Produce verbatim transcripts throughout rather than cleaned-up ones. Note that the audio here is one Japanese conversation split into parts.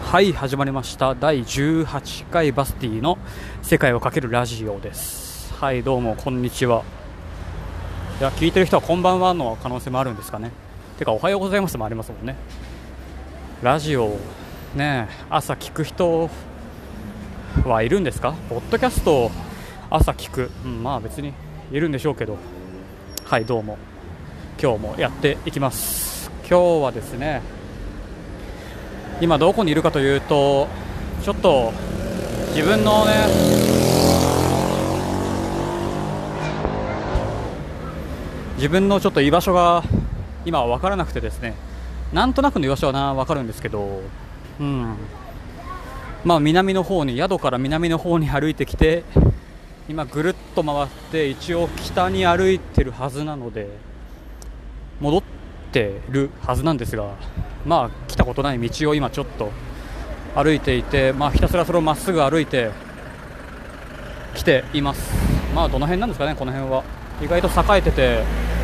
はい、始まりましただいじゅうはちかいバスティの世界をかけるラジオです。はい、どうもこんにちは。いや、聞いてる人はこんばんはの可能性もあるんですかね。てかおはようございますもありますもんね。ラジオね、朝聞く人はいるんですか？ポッドキャストを朝聞く、うん、まあ別にいるんでしょうけど、はい、どうも今日もやっていきます。今日はですね、今どこにいるかというと、ちょっと自分のね自分のちょっと居場所が今は分からなくてですね、なんとなくの居場所はな分かるんですけど、うんまあ南の方に宿から南の方に歩いてきて、今ぐるっと回って一応北に歩いてるはずなので戻ってるはずなんですが、まあ来たことない道を今ちょっと歩いていて、まあひたすらそれをまっすぐ歩いて来ています。まあどの辺なんですかね、この辺は意外と栄えてて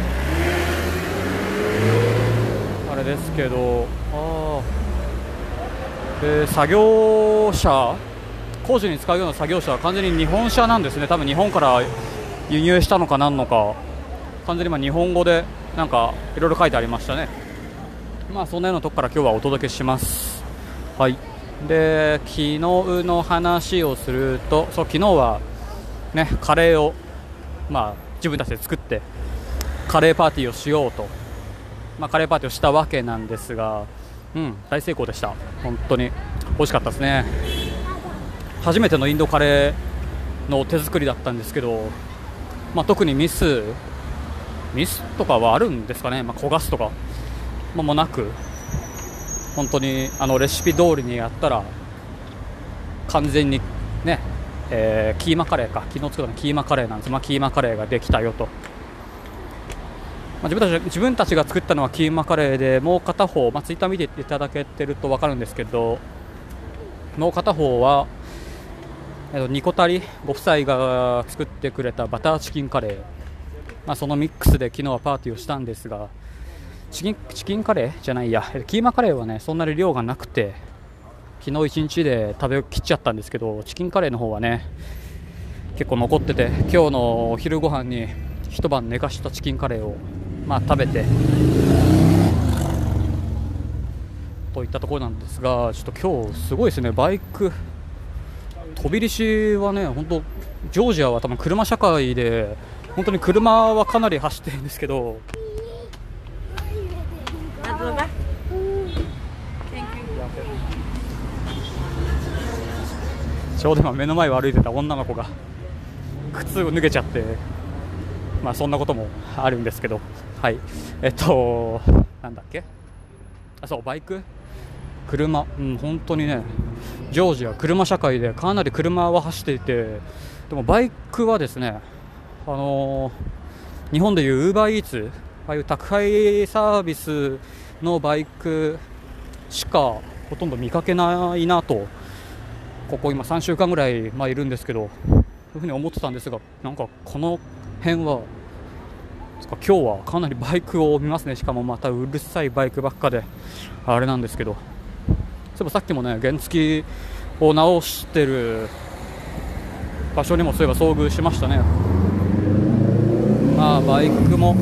あれですけど、あで作業車、工事に使うような作業車は完全に日本車なんですね。多分日本から輸入したのかなんのか、完全に今日本語でなんかいろいろ書いてありましたね。まあそんなようなとこから今日はお届けします。はい。で、昨日の話をすると、そう昨日はねカレーをまあ自分たちで作ってカレーパーティーをしようと、まあカレーパーティーをしたわけなんですが、うん大成功でした。本当に美味しかったですね。初めてのインドカレーの手作りだったんですけど、まあ特にミスミスとかはあるんですかね、まあ、焦がすとかももなく、本当にあのレシピ通りにやったら完全にね、えー、キーマカレーか、昨日作ったのキーマカレーなんです。まあ、キーマカレーができたよと、まあ、自分たち自分たちが作ったのはキーマカレーで、もう片方、まあ、ツイッター見ていただけてると分かるんですけど、もう片方は、えー、ニコタリご夫妻が作ってくれたバターチキンカレー、まあ、そのミックスで昨日はパーティーをしたんですが、チキン、チキンカレーじゃないやキーマカレーはねそんなに量がなくて、昨日一日で食べきっちゃったんですけど、チキンカレーの方はね結構残ってて、今日のお昼ご飯に一晩寝かしたチキンカレーをまあ食べてといったところなんですが、ちょっと今日すごいですね。バイク飛び石はね、本当ジョージアは多分車社会で本当に車はかなり走ってるんですけど、ちょうど今目の前を歩いてた女の子が靴を脱げちゃって、まあそんなこともあるんですけど、はいえっとなんだっけ、あそうバイク車、うん、本当にねジョージア車社会でかなり車は走っていて、でもバイクはですね、あのー、日本でいうウーバーイーツ、ああいう宅配サービスのバイクしかほとんど見かけないなと、ここ今さんしゅうかんぐらい、まあ、いるんですけど、そういうふうに思ってたんですが、なんかこの辺は今日はかなりバイクを見ますね。しかもまたうるさいバイクばっかであれなんですけど、そういえばさっきもね原付を直してる場所にもそういえば遭遇しましたね。まあバイクも、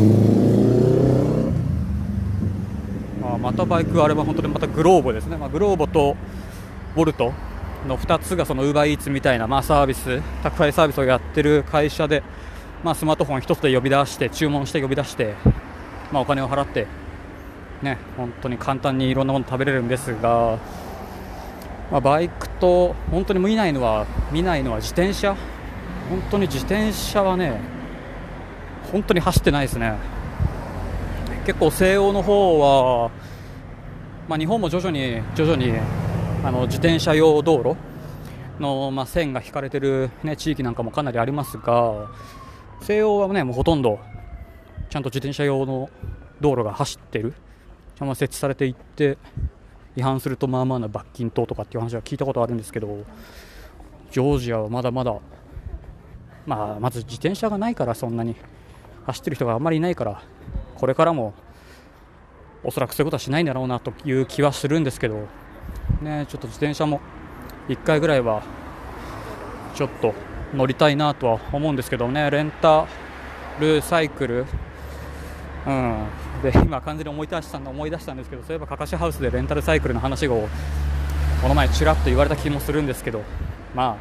まあ、またバイクあれは本当にまたグローボですね、まあ、グローボとボルトのふたつがそのウーバーイーツみたいな、まあ、サービス宅配サービスをやってる会社で、まあ、スマートフォンひとつで呼び出して注文して呼び出して、まあ、お金を払ってね、本当に簡単にいろんなもの食べれるんですが、まあ、バイクと本当に見ないのは見ないのは自転車。本当に自転車はね本当に走ってないですね。結構西欧の方は、まあ、日本も徐々に徐々にあの自転車用道路の、まあ、線が引かれてる、ね、地域なんかもかなりありますが、西欧はねもうほとんどちゃんと自転車用の道路が走ってる、ちゃんと設置されていって、違反するとまあまあな罰金等とかっていう話は聞いたことあるんですけど、ジョージアはまだまだ、まあ、まず自転車がないから、そんなに走ってる人があんまりいないから、これからもおそらくそういうことはしないんだろうなという気はするんですけど、 ね、ちょっと自転車もいっかいぐらいはちょっと乗りたいなとは思うんですけどね。レンタルサイクル、うん、で今完全に思い出したんだ思い出したんですけど、そういえばかかしハウスでレンタルサイクルの話をこの前ちらっと言われた気もするんですけど、ま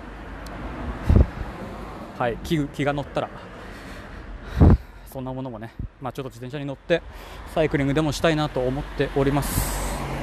あはい気、気が乗ったらそんなものもね、まあ、ちょっと自転車に乗ってサイクリングでもしたいなと思っております。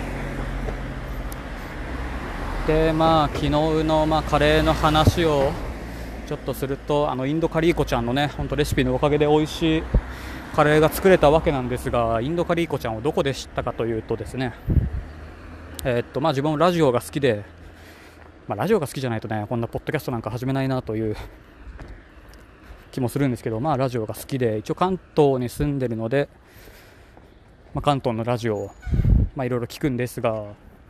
でまあ昨日の、まあ、カレーの話をちょっとすると、あのインドカリーコちゃんのね本当レシピのおかげで美味しいカレーが作れたわけなんですが、インドカリーコちゃんをどこで知ったかというとですね、えーっとまあ自分もラジオが好きで、まあ、ラジオが好きじゃないとねこんなポッドキャストなんか始めないなという気もするんですけど、まあラジオが好きで一応関東に住んでるので、まあ、関東のラジオをまあいろいろ聞くんですが、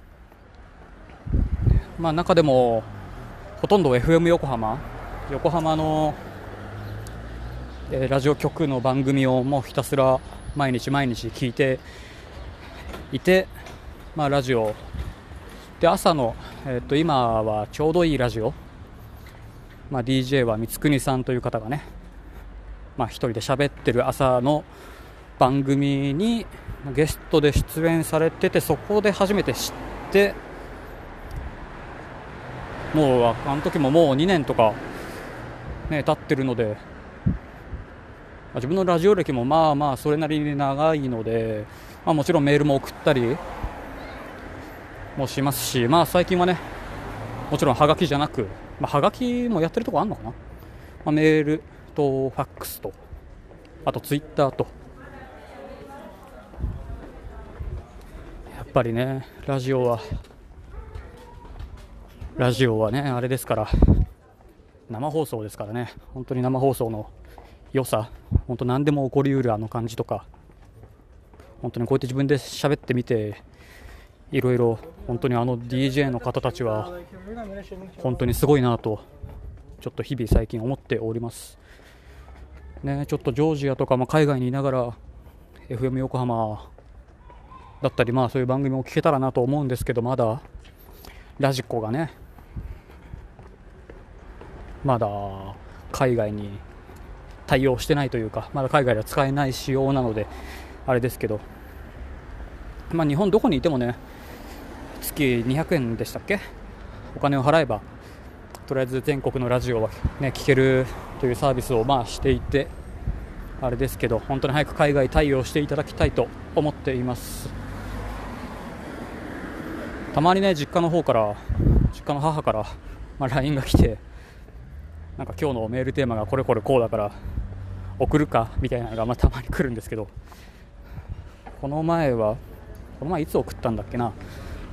まあ中でもほとんど エフエム 横浜横浜の、えー、ラジオ局の番組をもうひたすら毎日毎日聞いていて、まあラジオで朝の、えー、と今はちょうどいいラジオ、まあ、ディージェー は光國さんという方がね、まあ、一人で喋ってる朝の番組にゲストで出演されてて、そこで初めて知って、もうあの時ももうにねんとか、ね、経ってるので、自分のラジオ歴もまあまあそれなりに長いので、まあ、もちろんメールも送ったりもしますし、まあ、最近はねもちろんハガキじゃなく、まあ、ハガキもやってるとこあるのかな、まあ、メールとファックスとあとツイッターと、やっぱりねラジオはラジオはねあれですから、生放送ですからね、本当に生放送の良さ、本当何でも起こりうるあの感じとか、本当にこうやって自分で喋ってみて、いろいろ本当にあの ディージェー の方たちは本当にすごいなとちょっと日々最近思っておりますね。ちょっとジョージアとか、まあ、海外にいながら エフエム 横浜だったり、まあそういう番組を聞けたらなと思うんですけど、まだラジコがねまだ海外に対応してないというか、まだ海外では使えない仕様なのであれですけど、まあ日本どこにいてもね月にひゃくえんでしたっけ、お金を払えばとりあえず全国のラジオは、ね、聞けるというサービスをまあしていてあれですけど、本当に早く海外対応していただきたいと思っています。たまにね実家の方から実家の母から、まあ、ライン が来て、なんか今日のメールテーマがこれこれこうだから送るかみたいなのがまあたまに来るんですけど、この前はこの前いつ送ったんだっけな、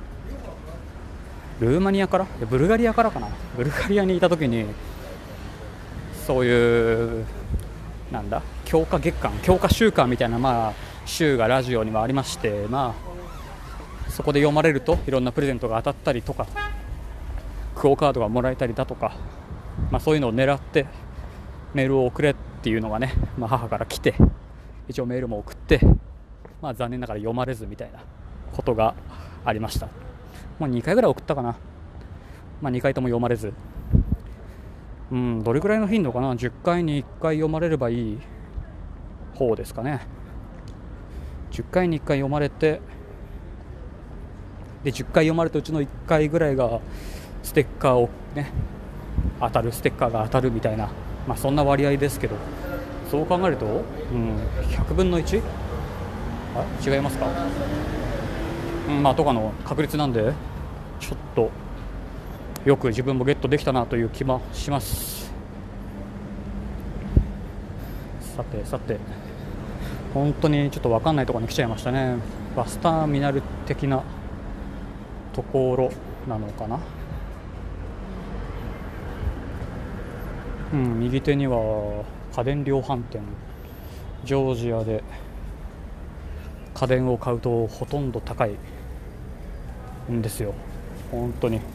ルーマニアからブルガリアからかなブルガリアにいた時に、そういうなんだ強化月間強化週間みたいな、まあ週がラジオにはありまして、まあそこで読まれるといろんなプレゼントが当たったりとか、クオカードがもらえたりだとか、まあそういうのを狙ってメールを送れっていうのがね、まあ、母から来て、一応メールも送って、まあ残念ながら読まれずみたいなことがありました。まあ、にかいぐらい送ったかな、まあ、にかいとも読まれず、うん、どれくらいの頻度かな、じゅっかいにいっかい読まれればいい方ですかね。じゅっかいにいっかい読まれて、でじゅっかい読まれたうちのいっかいぐらいがステッカーをね当たるステッカーが当たるみたいな、まあ、そんな割合ですけど、そう考えると、うん、ひゃくぶんのいち？ あ、違いますか、うん、まあとかの確率なんで、ちょっとよく自分もゲットできたなという気もします。さてさて、本当にちょっと分かんないところに来ちゃいましたね。バスターミナル的なところなのかな。うん、右手には家電量販店、ジョージアで家電を買うとほとんど高いんですよ。本当に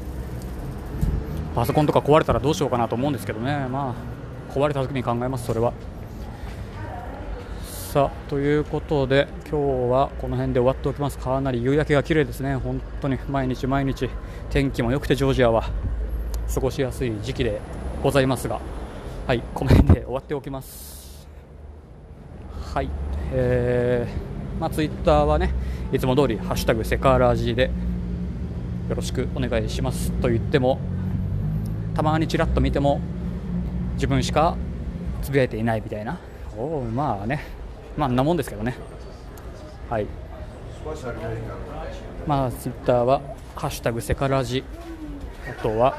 パソコンとか壊れたらどうしようかなと思うんですけどね、まあ壊れた時に考えます。それはさあということで今日はこの辺で終わっておきます。かなり夕焼けが綺麗ですね。本当に毎日毎日天気も良くてジョージアは過ごしやすい時期でございますが、はい、この辺で終わっておきます。はい、えーまあ、ツイッターはねいつも通りハッシュタグセカラジでよろしくお願いしますと言っても、たまにちらっと見ても自分しかつぶやいていないみたいな、おまあね、まああんなもんですけどね。はい、まあツイッターはハッシュタグセカラジ、あとは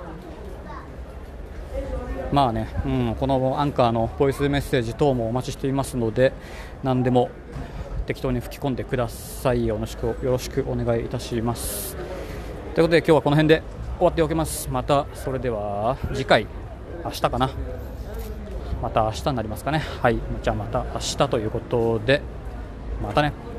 まあね、うん、このアンカーのボイスメッセージ等もお待ちしていますので、何でも適当に吹き込んでください。よろしくよろしくお願いいたします。ということで今日はこの辺で終わっておきます。またそれでは次回、明日かな、また明日になりますかね。はい、じゃあまた明日ということで、またね。